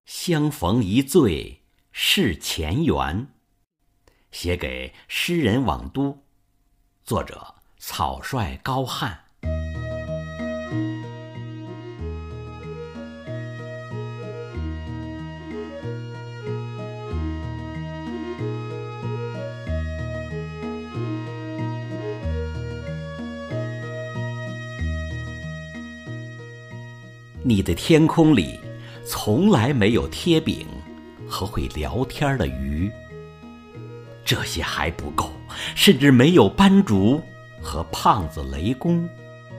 相逢一醉是前缘，写给诗人网都，作者草率高汉。你的天空里从来没有贴饼和会聊天的鱼，这些还不够，甚至没有斑竹和胖子雷公。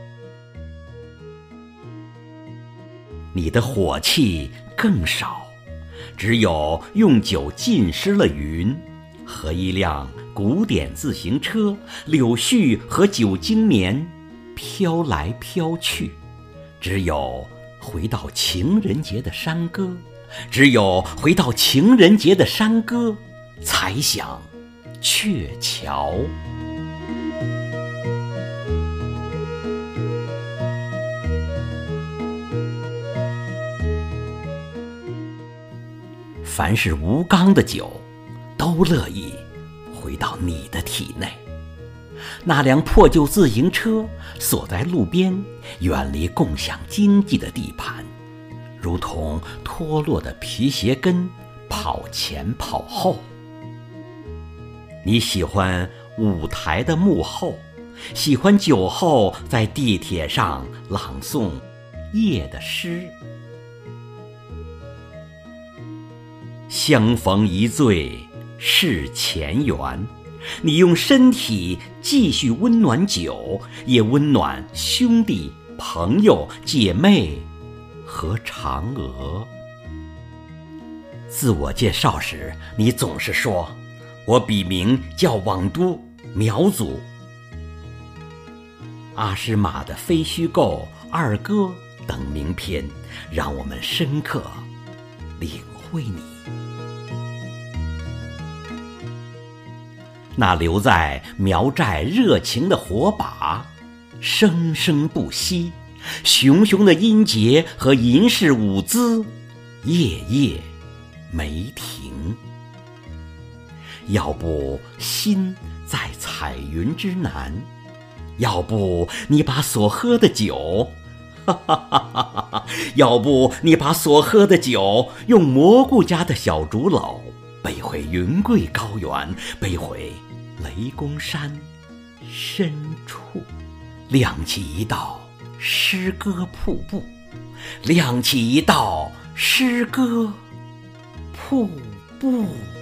你的火气更少，只有用酒浸湿了云和一辆古典自行车，柳絮和酒精棉飘来飘去，只有回到情人节的山歌，只有回到情人节的山歌，才想鹊桥。凡是无缸的酒，都乐意回到你的体内。那辆破旧自行车锁在路边，远离共享经济的地盘，如同脱落的皮鞋跟，跑前跑后。你喜欢舞台的幕后，喜欢酒后在地铁上朗诵夜的诗。相逢一醉是前缘，你用身体继续温暖酒，也温暖兄弟、朋友、姐妹和嫦娥。自我介绍时，你总是说我笔名叫网都，苗族。阿诗玛的非虚构、二歌等名篇，让我们深刻领会你。那留在苗寨热情的火把，生生不息，熊熊的音节和银饰舞姿，夜夜没停。要不心在彩云之南，要不你把所喝的酒，要不你把所喝的酒用蘑菇家的小竹篓背回云贵高原，背回雷公山深处，亮起一道诗歌瀑布，亮起一道诗歌瀑布。